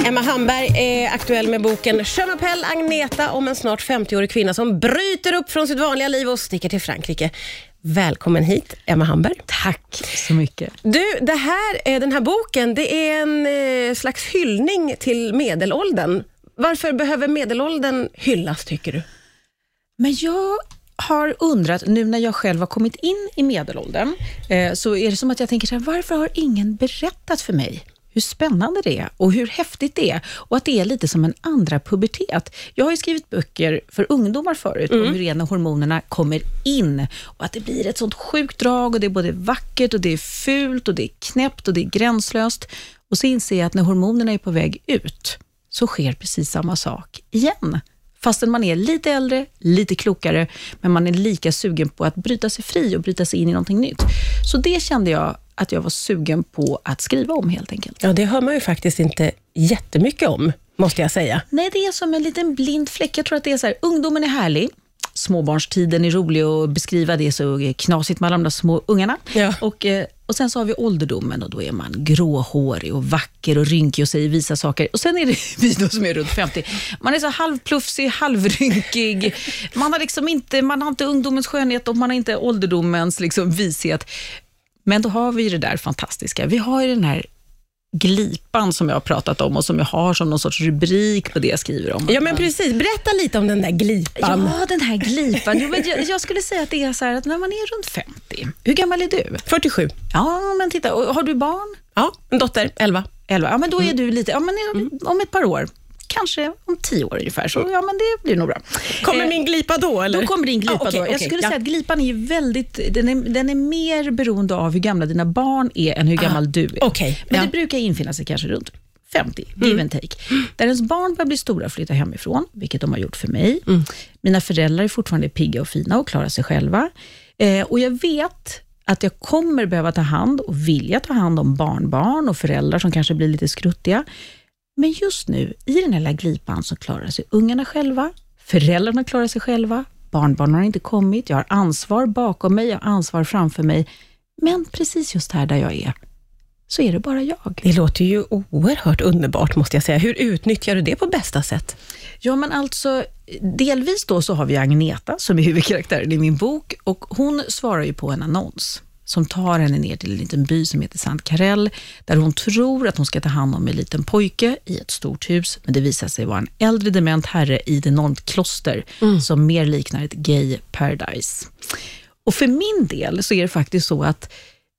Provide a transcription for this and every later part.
Emma Hamberg är aktuell med boken Je m'appelle Agneta om en snart 50-årig kvinna som bryter upp från sitt vanliga liv och sticker till Frankrike. Välkommen hit, Emma Hamberg. Tack så mycket. Du, den här boken, det är en slags hyllning till medelåldern. Varför behöver medelåldern hyllas, tycker du? Men jag har undrat, nu när jag själv har kommit in i medelåldern, så är det som att jag tänker så här, varför har ingen berättat för mig hur spännande det är och hur häftigt det är och att det är lite som en andra pubertet. Jag har ju skrivit böcker för ungdomar förut om hur rena hormonerna kommer in och att det blir ett sånt sjukt drag och det är både vackert och det är fult och det är knäppt och det är gränslöst. Och så inser jag att när hormonerna är på väg ut så sker precis samma sak igen. Fastän man är lite äldre, lite klokare, men man är lika sugen på att bryta sig fri och bryta sig in i någonting nytt. Så det kände jag att jag var sugen på att skriva om helt enkelt. Ja, det hör man ju faktiskt inte jättemycket om, måste jag säga. Nej, det är som en liten blind fläck. Jag tror att det är så här, ungdomen är härlig. Småbarnstiden är rolig att beskriva, det är så knasigt med alla de där små ungarna. Ja. Och sen så har vi ålderdomen och då är man gråhårig och vacker och rynkig och säger visa saker. Och sen är det vi då som är runt 50. Man är så halvplufsig, halvrynkig. Man har inte ungdomens skönhet och man har inte ålderdomens liksom vishet. Men då har vi det där fantastiska. Vi har ju den här glipan som jag har pratat om och som jag har som någon sorts rubrik på det jag skriver om. Ja, men precis. Berätta lite om den där glipan. Ja, den här glipan. Jag skulle säga att det är så här att när man är runt 50. Hur gammal är du? 47. Ja, men titta. Har du barn? Ja, en dotter, 11. Ja, men då är du lite, om ett par år. Kanske om 10 år ungefär. Så ja, men det blir nog bra. Kommer min glipa då, eller? Då kommer din glipa då. Jag skulle säga att glipan är ju väldigt, den är mer beroende av hur gamla dina barn är än hur gammal du är. Men det brukar infinna sig kanske runt 50, give and take. Där ens barn börjar bli stora och flytta hemifrån, vilket de har gjort för mig. Mina föräldrar är fortfarande pigga och fina och klarar sig själva. Och jag vet att jag kommer behöva ta hand och vilja ta hand om barnbarn och föräldrar som kanske blir lite skruttiga. Men just nu, i den här glipan så klarar sig ungarna själva, föräldrarna klarar sig själva, barnbarnen har inte kommit, jag har ansvar bakom mig, jag har ansvar framför mig. Men precis just här där jag är, så är det bara jag. Det låter ju oerhört underbart, måste jag säga. Hur utnyttjar du det på bästa sätt? Ja, men alltså, delvis då så har vi Agneta som är huvudkaraktären i min bok och hon svarar ju på en annons som tar henne ner till en liten by som heter Sant Karel, där hon tror att hon ska ta hand om en liten pojke i ett stort hus, men det visar sig vara en äldre dement herre i ett enormt kloster som mer liknar ett gay paradise. Och för min del så är det faktiskt så att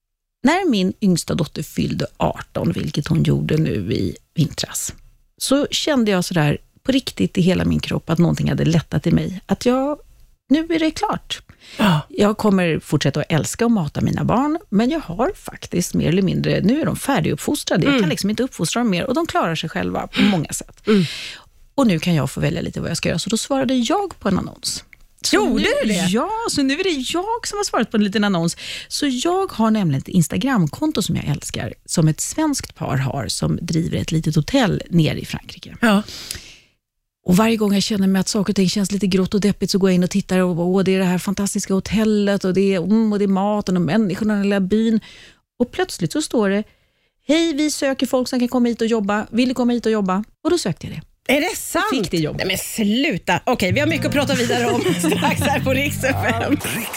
när min yngsta dotter fyllde 18, vilket hon gjorde nu i vintras, så kände jag sådär på riktigt i hela min kropp att någonting hade lättat i mig. Att nu är det klart. Jag kommer fortsätta att älska och mata mina barn, men jag har faktiskt mer eller mindre, nu är de färdiguppfostrade. Jag kan liksom inte uppfostra dem mer och de klarar sig själva på många sätt. Och nu kan jag få välja lite vad jag ska göra. Så då svarade jag på en annons. Gjorde du det? Ja, så nu är det jag som har svarat på en liten annons. Så jag har nämligen ett Instagramkonto som jag älskar, som ett svenskt par har som driver ett litet hotell nere i Frankrike. Ja. Och varje gång jag känner mig att saker och ting känns lite grått och deppigt så går jag in och tittar och det är det här fantastiska hotellet och det är maten och människorna i den lilla byn. Och plötsligt så står det: hej, vi söker folk som kan komma hit och jobba. Vill du komma hit och jobba? Och då sökte jag det. Är det sant? Fick det jobb. Nej, men sluta. Okej, vi har mycket att prata vidare om strax här på Rix FM.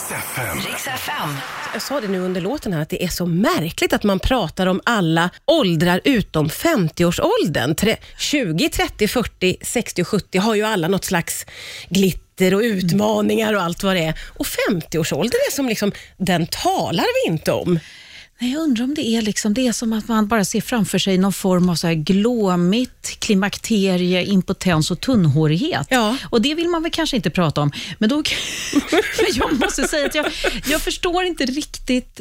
Rix FM. Jag sa det nu under låten här att det är så märkligt att man pratar om alla åldrar utom 50-årsåldern. 20, 30, 40, 60 och 70 har ju alla något slags glitter och utmaningar och allt vad det är. Och 50-årsåldern är som liksom, den talar vi inte om. Jag undrar om det är som att man bara ser framför sig någon form av så här glåmigt, klimakterie, impotens och tunnhårighet. Ja. Och det vill man väl kanske inte prata om. Men då jag måste säga att jag förstår inte riktigt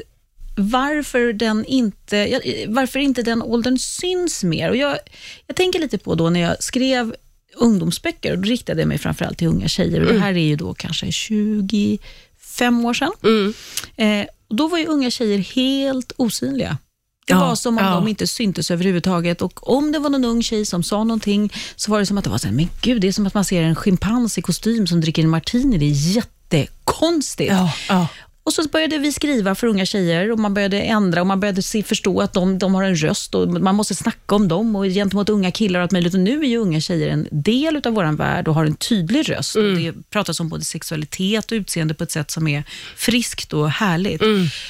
varför inte den åldern syns mer. Och jag tänker lite på då när jag skrev ungdomsböcker, och då riktade jag mig framförallt till unga tjejer. Och det här är ju då kanske 25 år sedan. Och då var ju unga tjejer helt osynliga. Det var som om de inte syntes överhuvudtaget. Och om det var någon ung tjej som sa någonting så var det som att det var så här, men gud, det är som att man ser en schimpans i kostym som dricker en martini. Det är jättekonstigt. Och så började vi skriva för unga tjejer och man började ändra och man började förstå att de har en röst och man måste snacka om dem och gentemot unga killar och allt möjligt. Och nu är ju unga tjejer en del av våran värld och har en tydlig röst. Och det pratas om både sexualitet och utseende på ett sätt som är friskt och härligt.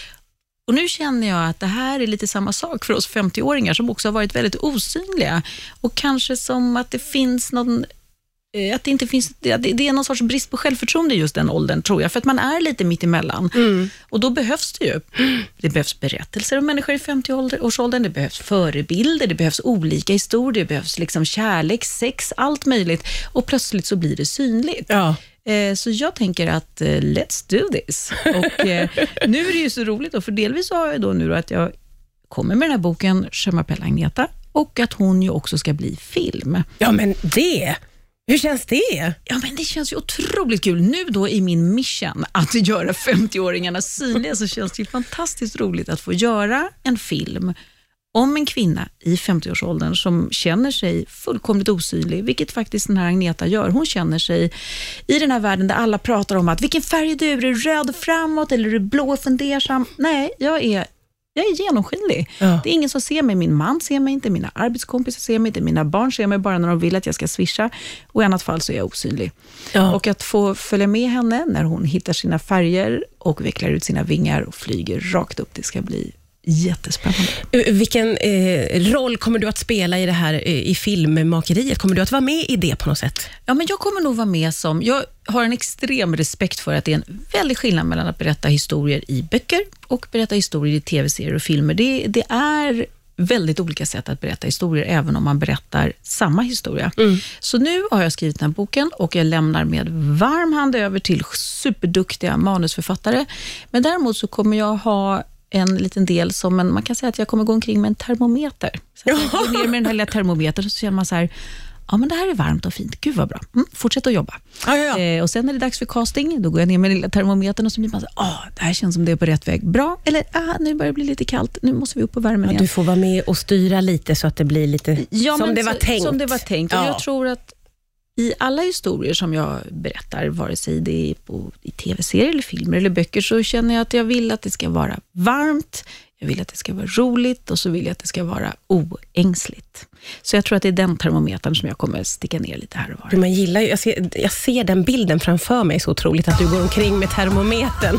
Och nu känner jag att det här är lite samma sak för oss 50-åringar som också har varit väldigt osynliga. Och kanske som att det finns någon... Att det inte finns, det är någon sorts brist på självförtroende i just den åldern, tror jag, för att man är lite mitt emellan. Och då behövs det ju. Det behövs berättelser om människor i 50-årsåldern, det behövs förebilder, det behövs olika historier, det behövs liksom kärlek, sex, allt möjligt. Och plötsligt så blir det synligt. Ja. Så jag tänker att let's do this. Och nu är det ju så roligt då, för delvis så har jag då nu då att jag kommer med den här boken Je m'appelle Agneta och att hon ju också ska bli film. Ja, men det... Hur känns det? Ja, men det känns ju otroligt kul. Nu då i min mission att göra 50-åringarna synliga så känns det ju fantastiskt roligt att få göra en film om en kvinna i 50-årsåldern som känner sig fullkomligt osynlig, vilket faktiskt den här Agneta gör. Hon känner sig i den här världen där alla pratar om att vilken färg är du? Är du röd framåt eller är du blå fundersam? Nej, jag är genomskinlig. Ja. Det är ingen som ser mig. Min man ser mig inte, mina arbetskompisar ser mig inte, mina barn ser mig bara när de vill att jag ska swisha. Och i annat fall så är jag osynlig. Ja. Och att få följa med henne när hon hittar sina färger och vecklar ut sina vingar och flyger rakt upp, det ska bli jättespännande. Vilken roll kommer du att spela i det här i filmmakeriet? Kommer du att vara med i det på något sätt? Ja, men jag kommer nog vara med som... Jag har en extrem respekt för att det är en väldig skillnad mellan att berätta historier i böcker och berätta historier i tv-serier och filmer. Det är väldigt olika sätt att berätta historier även om man berättar samma historia. Så nu har jag skrivit den här boken och jag lämnar med varm hand över till superduktiga manusförfattare. Men däremot så kommer jag ha en liten del som man kan säga att jag kommer gå omkring med en termometer. Så att jag går ner med den här lilla termometern och så känner man så här, ja men det här är varmt och fint, gud vad bra, fortsätt att jobba. Och sen när det är dags för casting, då går jag ner med den lilla termometern och så blir man så här, det här känns som det är på rätt väg, bra, eller nu börjar det bli lite kallt, nu måste vi upp på värmen igen. Du får vara med och styra lite så att det blir lite som det var tänkt. Som det var tänkt, och jag tror att i alla historier som jag berättar, vare sig det är i tv-serier eller filmer eller böcker, så känner jag att jag vill att det ska vara varmt, jag vill att det ska vara roligt och så vill jag att det ska vara oängsligt. Så jag tror att det är den termometern som jag kommer sticka ner lite här och var. Man gillar ju, jag ser den bilden framför mig så otroligt att du går omkring med termometern.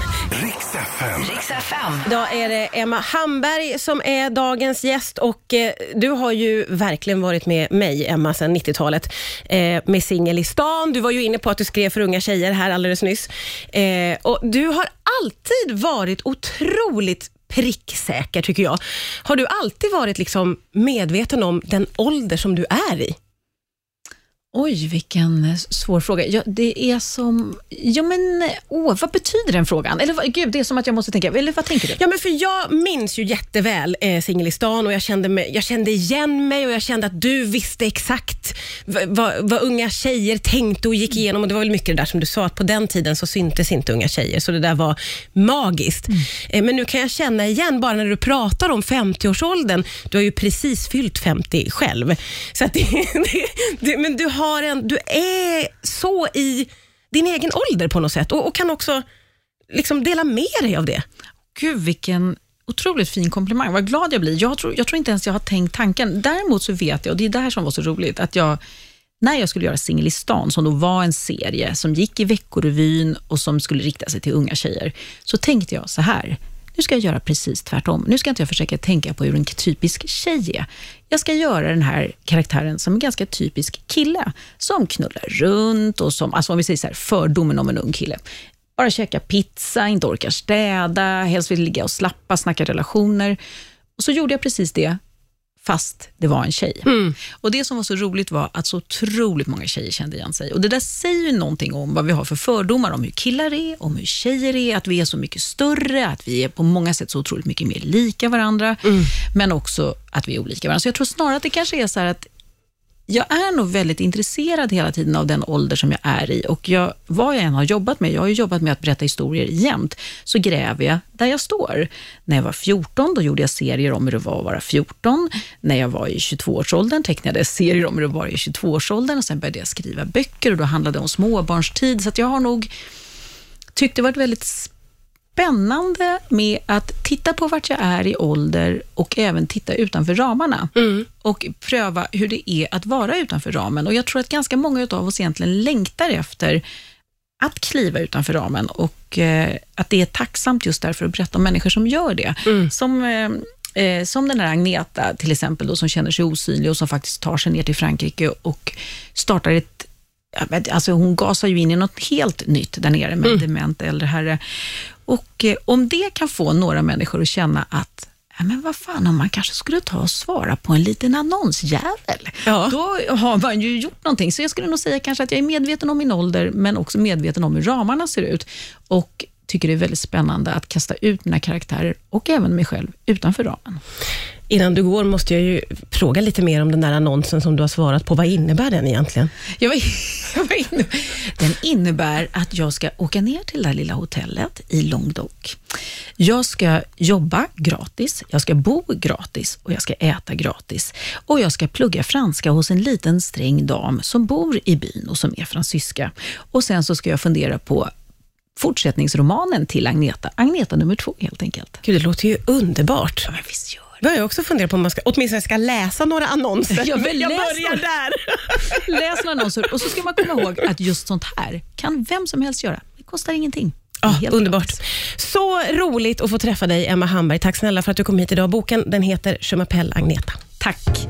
Rix FM. Idag är det Emma Hamberg som är dagens gäst och du har ju verkligen varit med mig, Emma, sedan 90-talet med Singel i stan. Du var ju inne på att du skrev för unga tjejer här alldeles nyss. Och du har alltid varit otroligt pricksäker, tycker jag. Har du alltid varit liksom medveten om den ålder som du är i? Oj, vilken svår fråga. Ja, det är som... Ja, men... vad betyder den frågan? Eller gud, det är som att jag måste tänka... Eller vad tänker du? Ja, men för jag minns ju jätteväl Singel i stan och jag kände igen mig och jag kände att du visste exakt vad unga tjejer tänkte och gick igenom. Och det var väl mycket det där som du sa, att på den tiden så syntes inte unga tjejer. Så det där var magiskt. Men nu kan jag känna igen, bara när du pratar om 50-årsåldern, du har ju precis fyllt 50 själv. Så att men du är så i din egen ålder på något sätt och kan också liksom dela med dig av det. Gud, vilken otroligt fin komplimang. Vad glad jag blir. Jag tror inte ens jag har tänkt tanken. Däremot så vet jag, och det är det här som var så roligt, att när jag skulle göra Singel i stan, som då var en serie som gick i Veckorevyn och som skulle rikta sig till unga tjejer, så tänkte jag så här: nu ska jag göra precis tvärtom. Nu ska inte jag försöka tänka på hur en typisk tjej är. Jag ska göra den här karaktären som en ganska typisk kille. Som knullar runt och som, alltså om vi säger så här, fördomen om en ung kille. Bara käka pizza, inte orkar städa, helst vill ligga och slappa, snacka relationer. Och så gjorde jag precis det, fast det var en tjej. Och det som var så roligt var att så otroligt många tjejer kände igen sig. Och det där säger ju någonting om vad vi har för fördomar om hur killar är, om hur tjejer är, att vi är så mycket större, att vi är på många sätt så otroligt mycket mer lika varandra, men också att vi är olika varandra. Så jag tror snarare att det kanske är så här att jag är nog väldigt intresserad hela tiden av den ålder som jag är i, och vad jag än har jobbat med, jag har ju jobbat med att berätta historier jämt, så gräver jag där jag står. När jag var 14, då gjorde jag serier om hur det var att vara 14. När jag var i 22-årsåldern tecknade jag serier om hur det var i 22-årsåldern, och sen började jag skriva böcker och då handlade det om småbarnstid, så att jag har nog tyckt det varit väldigt spännande med att titta på vart jag är i ålder och även titta utanför ramarna och pröva hur det är att vara utanför ramen. Och jag tror att ganska många av oss egentligen längtar efter att kliva utanför ramen och att det är tacksamt just därför att berätta om människor som gör det. Som den här Agneta till exempel då, som känner sig osynlig och som faktiskt tar sig ner till Frankrike och startar alltså hon gasar ju in i något helt nytt där nere med dement äldre herre. Och om det kan få några människor att känna att men vad fan, om man kanske skulle ta och svara på en liten annonsjävel, då har man ju gjort någonting. Så jag skulle nog säga kanske att jag är medveten om min ålder, men också medveten om hur ramarna ser ut och tycker det är väldigt spännande att kasta ut mina karaktärer och även mig själv utanför ramen. Innan du går måste jag ju fråga lite mer om den där annonsen som du har svarat på. Vad innebär den egentligen? Den innebär att jag ska åka ner till det här lilla hotellet i Languedoc. Jag ska jobba gratis, jag ska bo gratis och jag ska äta gratis. Och jag ska plugga franska hos en liten sträng dam som bor i byn och som är fransyska. Och sen så ska jag fundera på fortsättningsromanen till Agneta nummer 2 helt enkelt. Gud, det låter ju underbart. Ja, men visst gör. Jag har också funderat på om man åtminstone ska läsa några annonser. Jag börjar där. Läs några annonser och så ska man komma ihåg att just sånt här kan vem som helst göra. Det kostar ingenting. Underbart. Så roligt att få träffa dig, Emma Hamberg. Tack snälla för att du kom hit idag. Boken, den heter Je m'appelle Agneta. Tack.